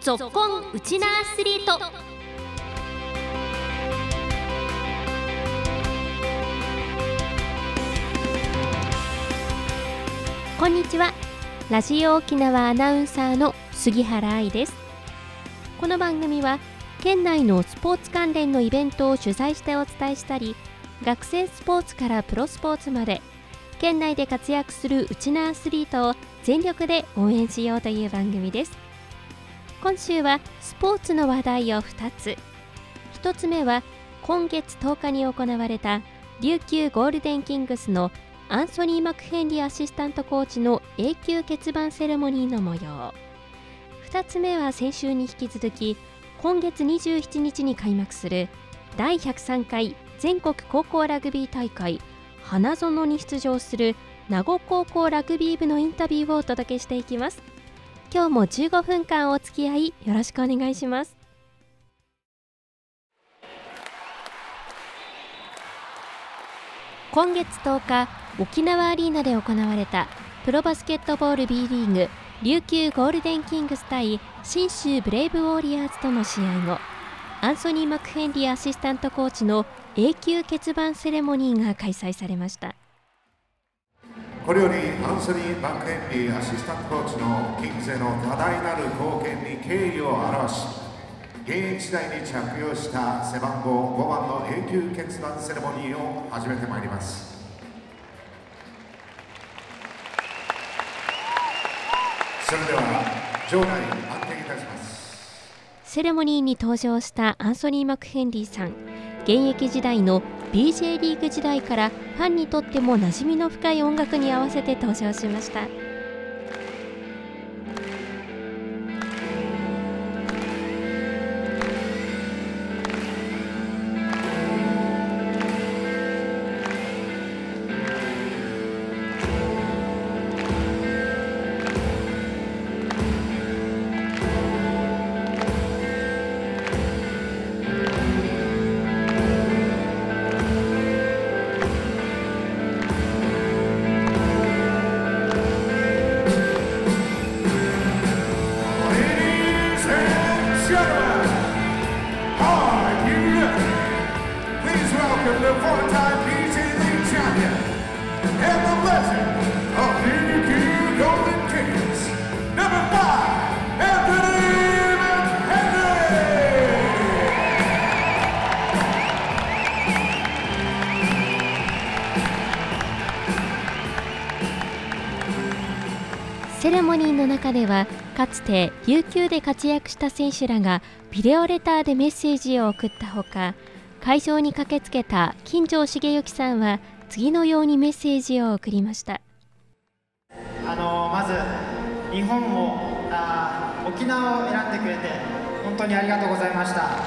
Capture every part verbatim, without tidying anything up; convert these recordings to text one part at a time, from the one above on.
ぞっこんウチナアスリート。こんにちは。ラジオ沖縄アナウンサーの杉原愛です。この番組は県内のスポーツ関連のイベントを取材してお伝えしたり、学生スポーツからプロスポーツまで県内で活躍するウチナアスリートを全力で応援しようという番組です。今週はスポーツの話題をふたつ。ひとつめは今月とおかに行われた琉球ゴールデンキングスのアンソニー・マクヘンリーアシスタントコーチの永久欠番セレモニーの模様。ふたつめは先週に引き続き今月にじゅうしちにちに開幕するだいひゃくさんかい全国高校ラグビー大会花園に出場する名護高校ラグビー部のインタビューをお届けしていきます。今日もじゅうごふんかんお付き合いよろしくお願いします。今月とおか、沖縄アリーナで行われたプロバスケットボール B リーグ琉球ゴールデンキングス対信州ブレイブウォリアーズとの試合後、アンソニー・マクヘンリーアシスタントコーチの永久欠番セレモニーが開催されました。 これよりアンソニー・マクヘンリーアシスタントコーチのキングスへの多大なる貢献に敬意を表し、現役時代に着用した背番号ごばんの永久欠番セレモニーを始めてまいります。それでは場内安定いたします。 セレモニーに登場したアンソニー・マクヘンリーさん、現役時代の ビージェー リーグ時代からファンにとっても馴染みの深い音楽に合わせて登場しました。セレモニーの中では、かつて琉球で活躍した選手らがビデオレターでメッセージを送ったほか、会場に駆けつけた金城茂之さんは次のようにメッセージを送りました。 あのまず日本をあ沖縄を選んでくれて本当にありがとうございました。あ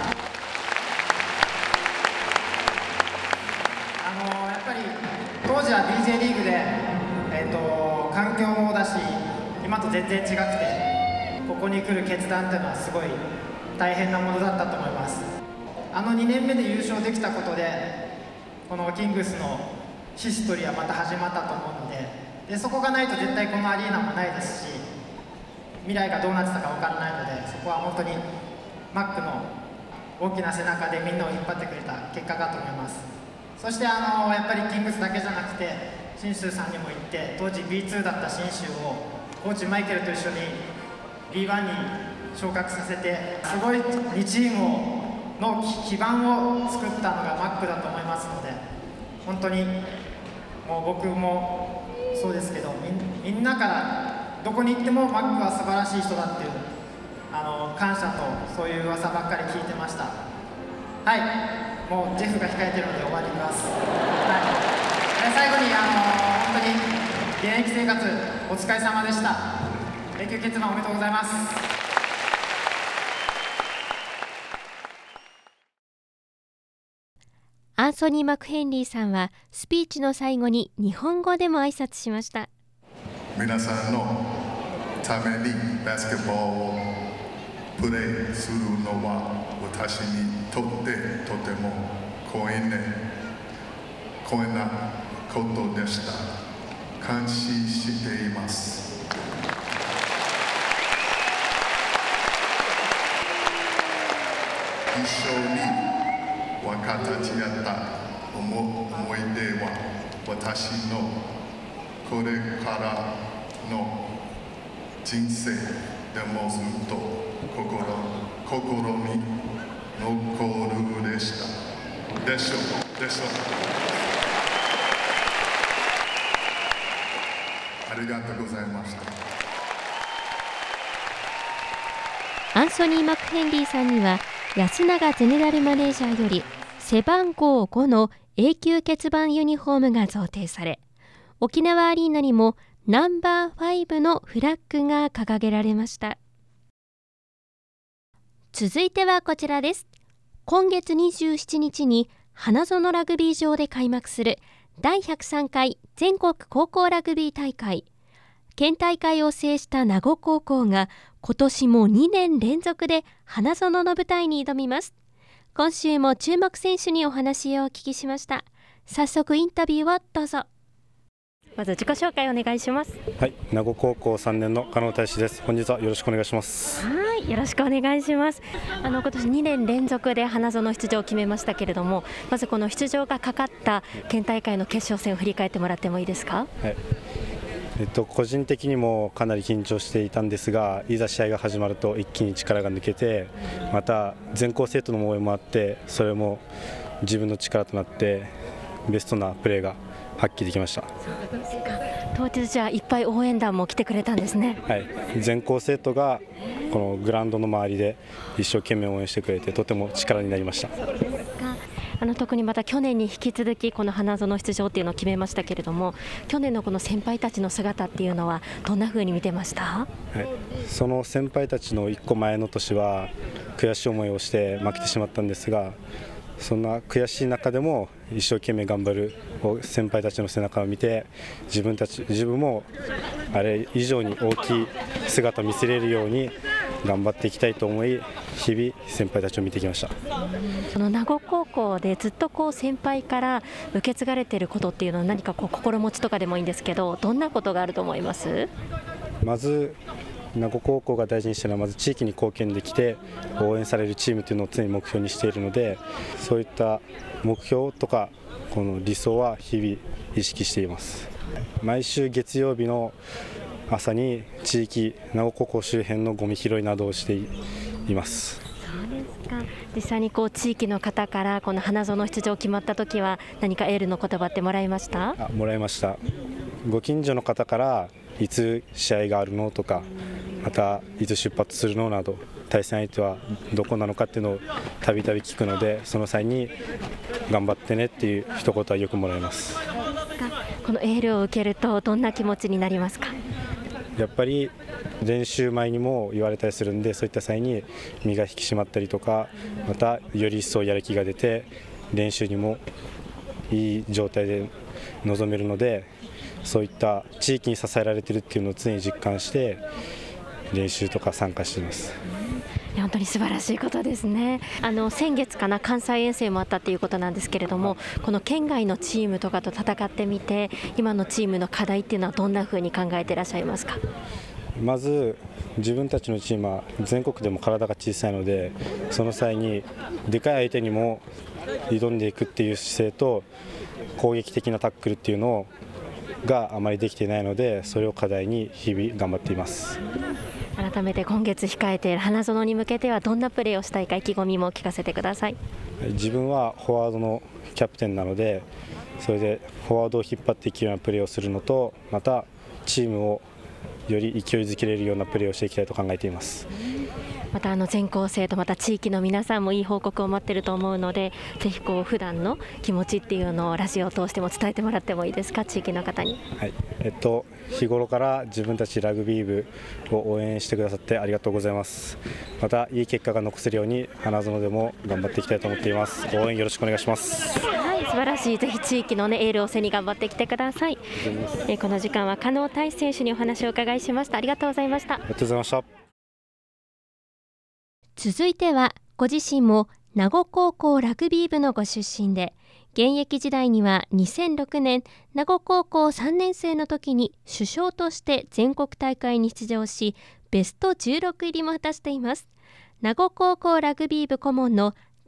のやっぱり当時は ビージェー リーグで、えー、と環境もだし今と全然違くて、ここに来る決断というのはすごい大変なものだったと思います。あのにねんめで優勝できたことで、このキングスのヒストリーはまた始まったと思うので、でそこがないと絶対このアリーナもないですし、未来がどうなってたか分からないので、そこは本当にマックの大きな背中でみんなを引っ張ってくれた結果かと思います。そしてあのやっぱりキングスだけじゃなくて、信州さんにも行って、当時 ビーツー だった信州をコーチマイケルと一緒に ビーワン に昇格させて、すごいにチームの基盤を作ったのがマックだと思いますので、本当にもう僕もそうですけど、み, みんなからどこに行ってもマックは素晴らしい人だっていうあの感謝と、そういう噂ばっかり聞いてました。はい、もうジェフが控えてるので終わります。はい、最後にあの本当に現役生活お疲れ様でした。永久欠番おめでとうございます。 アンソニー・マクヘンリーさんはスピーチの最後に日本語でも挨拶しました。 皆さんのためにバスケットボールをプレーするのは私にとってとても光栄なことでした。感謝しています。 緒に分かち合った思思い出は私のこれからの人生でもずっと心心に残るでしたでしょうでしょうありがとうございました。 アンソニー・マクヘンリーさんには安永ゼネラルマネージャーより背番号ごの永久欠番ユニフォームが贈呈され、沖縄アリーナにもナンバーごのフラッグが掲げられました。続いてはこちらです。今月にじゅうしちにちに花園ラグビー場で開幕するだいひゃくさんかい全国高校ラグビー大会。県大会を制した名護高校が今年もにねん連続で花園の舞台に挑みます。今週も注目選手にお話をお聞きしました。早速インタビューをどうぞ。まず自己紹介お願いします。 はい、名護高校さんねんの加納大志です。本日はよろしくお願いします。 はい、よろしくお願いします。あの今年にねん連続で花園出場を決めましたけれども、まずこの出場がかかった県大会の決勝戦を振り返ってもらってもいいですか。 はい、えっと、個人的にもかなり緊張していたんですが、いざ試合が始まると一気に力が抜けて、また全校生徒の応援もあって、それも自分の力となってベストなプレーが発揮できました。 当日じゃあいっぱい応援団も来てくれたんですね。 はい、全校生徒がこのグラウンドの周りで一生懸命応援してくれて、とても力になりました。 あの特にまた去年に引き続きこの花園出場っていうのを決めましたけれども、去年のこの先輩たちの姿っていうのはどんな風に見てました？ はい、その先輩たちのいっこまえの年は悔しい思いをして負けてしまったんですが、そんな悔しい中でも一生懸命頑張る先輩たちの背中を見て、自分たち自分もあれ以上に大きい姿を見せれるように頑張っていきたいと思い、日々先輩たちを見てきました。 この名護高校でずっとこう先輩から受け継がれていることっていうのは何かこう心持ちとかでもいいんですけど、どんなことがあると思います？ まず名護高校が大事にしているのは、まず地域に貢献できて応援されるチームというのを常に目標にしているので、そういった目標とかこの理想は日々意識しています。毎週月曜日の朝に地域名護高校周辺のゴミ拾いなどをしています。 そうですか。実際にこう地域の方からこの花園出場決まった時は何かエールの言葉ってもらいました？ あ、もらいました。ご近所の方からいつ試合があるのとか、またいつ出発するのなど、対戦相手はどこなのかっていうのをたびたび聞くので、その際に頑張ってねっていう一言はよくもらいます。 このエールを受けるとどんな気持ちになりますか？ やっぱり練習前にも言われたりするんで、そういった際に身が引き締まったりとか、またより一層やる気が出て練習にもいい状態で臨めるので、そういった地域に支えられているっていうのを常に実感して練習とか参加しています。 いや本当に素晴らしいことですね。あの先月かな関西遠征もあったということなんですけれども、この県外のチームとかと戦ってみて、今のチームの課題っていうのはどんなふうに考えていらっしゃいますか？ まず自分たちのチームは全国でも体が小さいので、その際にでかい相手にも挑んでいくっていう姿勢と攻撃的なタックルっていうのがあまりできていないので、それを課題に日々頑張っています。 改めて今月控えている花園に向けてはどんなプレーをしたいか意気込みも聞かせてください。 自分はフォワードのキャプテンなので、それでフォワードを引っ張っていくようなプレーをするのと、またチームをより勢いづけれるようなプレーをしていきたいと考えています。 またあの全校生とまた地域の皆さんもいい報告を待っていると思うので、ぜひこう普段の気持ちっていうのをラジオを通しても伝えてもらってもいいですか、地域の方に。 はい、えっと日頃から自分たちラグビー部を応援してくださってありがとうございます。またいい結果が残せるように花園でも頑張っていきたいと思っています。応援よろしくお願いします。 はい、素晴らしい。ぜひ地域の、ね、エールを背に頑張ってきてください。えこの時間は加納大志選手にお話を伺いしました。ありがとうございました。 ありがとうございました。 続いてはご自身も名護高校ラグビー部のご出身で、現役時代にはにせんろくねん名護高校さんねん生の時に主将として全国大会に出場し、ベストじゅうろく入りも果たしています。名護高校ラグビー部顧問の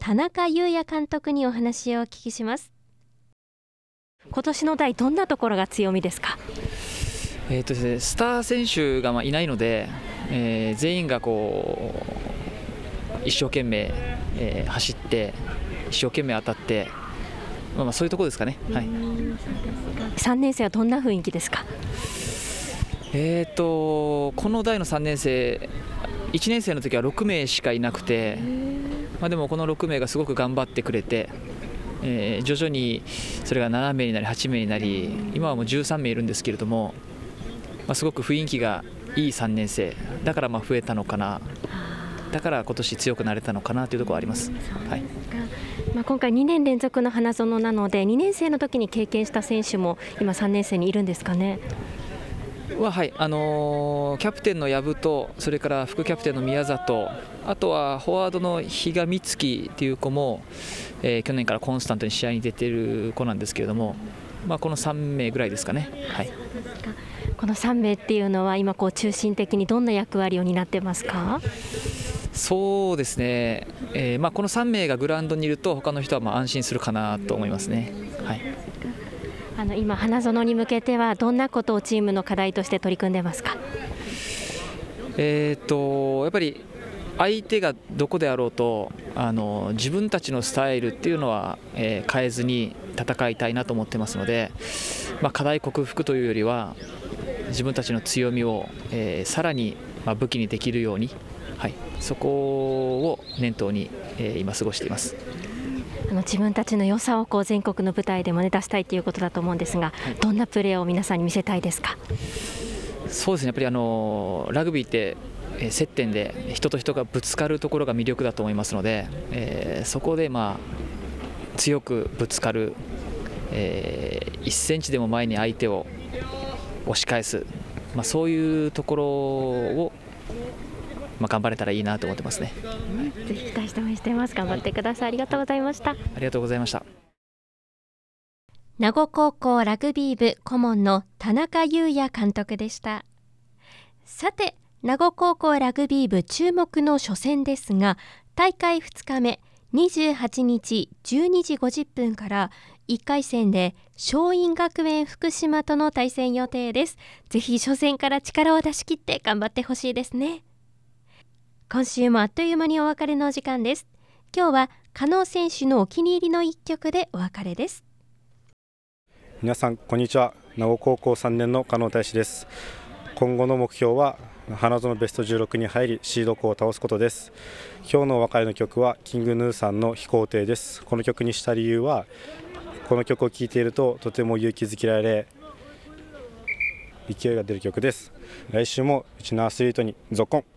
田中優也監督にお話をお聞きします。今年の代、どんなところが強みですか？ えーとですね、スター選手がまあいないので、えー、全員がこう一生懸命、えー、走って一生懸命当たって、まあ、まあそういうところですかね。はい、 さんねん生はどんな雰囲気ですか？ えーとこの代のさんねん生、いちねん生の時はろくめいしかいなくて、まあ、でもこのろくめいがすごく頑張ってくれて、えー、徐々にそれがななめいになりはちめいになり、今はもうじゅうさんめいいるんですけれども、まあ、すごく雰囲気がいいさんねん生だからまあ増えたのかな、だから今年強くなれたのかなというところはあります。はい、 まあ、今回にねん連続の花園なので、にねん生の時に経験した選手も今さんねん生にいるんですかね？ ははいあのー、キャプテンの藪と、それから副キャプテンの宮里、あとはフォワードの比嘉美月という子も、えー、去年からコンスタントに試合に出ている子なんですけれども、まあ、このさんめいぐらいですかね。はい、 このさんめいっていうのは今こう中心的にどんな役割を担ってますか？ そうですね、えーまあ、このさんめいがグラウンドにいると他の人はまあ安心するかなと思いますね。はい、 あの今花園に向けてはどんなことをチームの課題として取り組んでますか？ えー、とやっぱり相手がどこであろうと、あの自分たちのスタイルっていうのは、えー、変えずに戦いたいなと思ってますので、まあ、課題克服というよりは自分たちの強みを、えー、さらにまあ武器にできるように、はい、そこを念頭に、えー、今過ごしています。 あの自分たちの良さをこう全国の舞台でも、ね、出したいということだと思うんですが、はい、どんなプレーを皆さんに見せたいですか？ そうですね、やっぱりあのラグビーって接点で人と人がぶつかるところが魅力だと思いますので、えー、そこでまあ強くぶつかる、えー、いっセンチでも前に相手を押し返す、まあ、そういうところを、まあ、頑張れたらいいなと思ってますね。 はい、ぜひ期待して応援しています。頑張ってください。はい、ありがとうございました。ありがとうございました。 名護高校ラグビー部顧問の田中優也監督でした。さて、名護高校ラグビー部注目の初戦ですが、大会ふつかめにじゅうはちにちじゅうにじごじゅっぷんからいっかい戦で松蔭学園福島との対戦予定です。ぜひ初戦から力を出し切って頑張ってほしいですね。今週もあっという間にお別れのお時間です。今日は加納選手のお気に入りの一曲でお別れです。 皆さんこんにちは。名護高校さんねんの加納大志です。今後の目標は花園ベストじゅうろくに入りシード校を倒すことです。今日のお別れの曲はキングヌーさんの飛行艇です。この曲にした理由は、この曲を聴いているととても勇気づけられ勢いが出る曲です。来週もうちのアスリートにゾッコン。